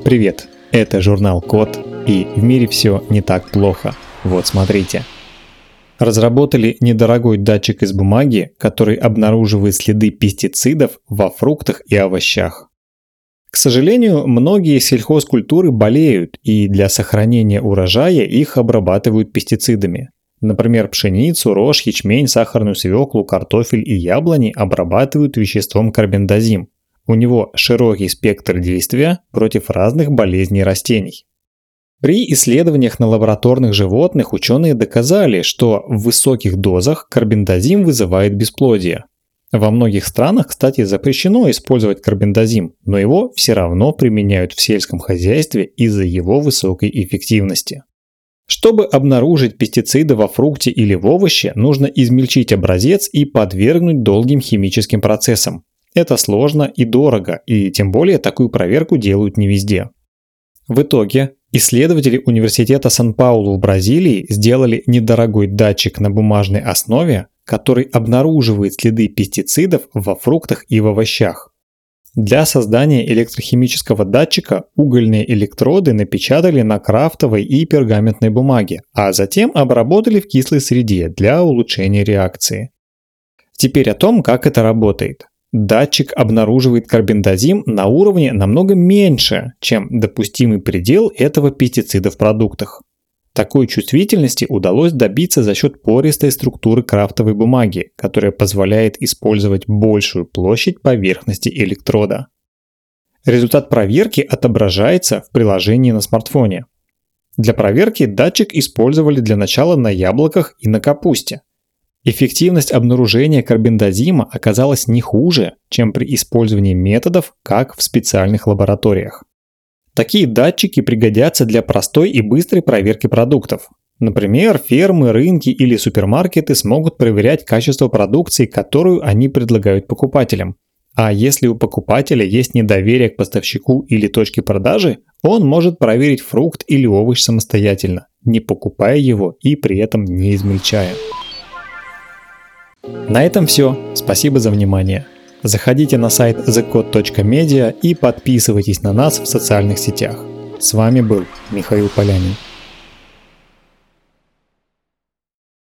Привет, это журнал Код, и в мире все не так плохо. Вот смотрите. Разработали недорогой датчик из бумаги, который обнаруживает следы пестицидов во фруктах и овощах. К сожалению, многие сельхозкультуры болеют, и для сохранения урожая их обрабатывают пестицидами. Например, пшеницу, рожь, ячмень, сахарную свеклу, картофель и яблони обрабатывают веществом карбендазим. У него широкий спектр действия против разных болезней растений. При исследованиях на лабораторных животных ученые доказали, что в высоких дозах карбендазим вызывает бесплодие. Во многих странах, кстати, запрещено использовать карбендазим, но его все равно применяют в сельском хозяйстве из-за его высокой эффективности. Чтобы обнаружить пестициды во фрукте или в овоще, нужно измельчить образец и подвергнуть долгим химическим процессам. Это сложно и дорого, и тем более такую проверку делают не везде. В итоге исследователи Университета Сан-Паулу в Бразилии сделали недорогой датчик на бумажной основе, который обнаруживает следы пестицидов во фруктах и в овощах. Для создания электрохимического датчика угольные электроды напечатали на крафтовой и пергаментной бумаге, а затем обработали в кислой среде для улучшения реакции. Теперь о том, как это работает. Датчик обнаруживает карбендазим на уровне намного меньше, чем допустимый предел этого пестицида в продуктах. Такой чувствительности удалось добиться за счет пористой структуры крафтовой бумаги, которая позволяет использовать большую площадь поверхности электрода. Результат проверки отображается в приложении на смартфоне. Для проверки датчик использовали для начала на яблоках и на капусте. Эффективность обнаружения карбендазима оказалась не хуже, чем при использовании методов, как в специальных лабораториях. Такие датчики пригодятся для простой и быстрой проверки продуктов. Например, фермы, рынки или супермаркеты смогут проверять качество продукции, которую они предлагают покупателям. А если у покупателя есть недоверие к поставщику или точке продажи, он может проверить фрукт или овощ самостоятельно, не покупая его и при этом не измельчая. На этом все. Спасибо за внимание. Заходите на сайт thecode.media и подписывайтесь на нас в социальных сетях. С вами был Михаил Полянин.